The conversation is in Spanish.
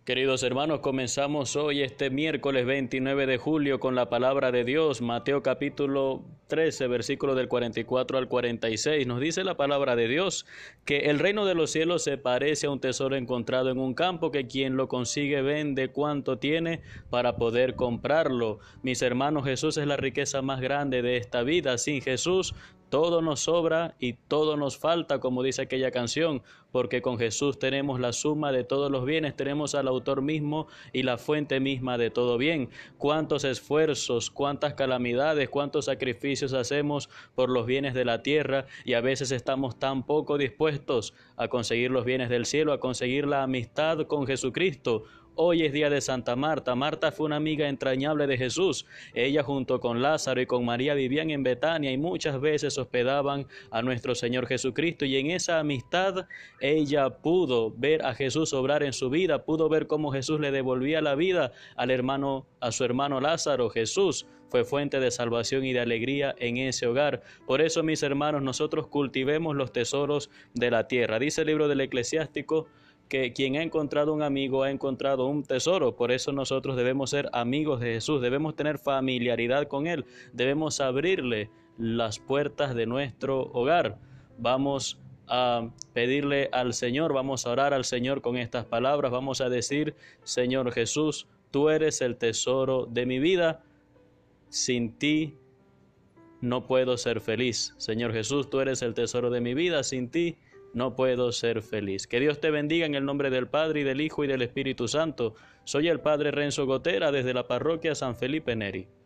Queridos hermanos, comenzamos hoy este miércoles 29 de julio con la palabra de Dios. Mateo capítulo 13, versículo del 44 al 46. Nos dice la palabra de Dios que el reino de los cielos se parece a un tesoro encontrado en un campo, que quien lo consigue vende cuanto tiene para poder comprarlo. Mis hermanos, Jesús es la riqueza más grande de esta vida. Sin Jesús todo nos sobra y todo nos falta, como dice aquella canción, porque con Jesús tenemos la suma de todos los bienes, tenemos al autor mismo y la fuente misma de todo bien. Cuántos esfuerzos, cuántas calamidades, cuántos sacrificios hacemos por los bienes de la tierra, y a veces estamos tan poco dispuestos a conseguir los bienes del cielo, a conseguir la amistad con Jesucristo. Hoy es día de Santa Marta. Marta fue una amiga entrañable de Jesús. Ella junto con Lázaro y con María vivían en Betania y muchas veces hospedaban a nuestro Señor Jesucristo, y en esa amistad ella pudo ver a Jesús obrar en su vida, pudo ver cómo Jesús le devolvía la vida a su hermano Lázaro. Jesús fue fuente de salvación y de alegría en ese hogar. Por eso, mis hermanos, nosotros cultivemos los tesoros de la tierra. Dice el libro del Eclesiástico que quien ha encontrado un amigo ha encontrado un tesoro. Por eso nosotros debemos ser amigos de Jesús, debemos tener familiaridad con Él, debemos abrirle las puertas de nuestro hogar. Vamos a pedirle al Señor, vamos a orar al Señor con estas palabras, vamos a decir: Señor Jesús, tú eres el tesoro de mi vida, sin ti no puedo ser feliz. Señor Jesús, tú eres el tesoro de mi vida, sin ti no puedo ser feliz. Que Dios te bendiga en el nombre del Padre, y del Hijo, y del Espíritu Santo. Soy el Padre Renzo Gotera, desde la parroquia San Felipe Neri.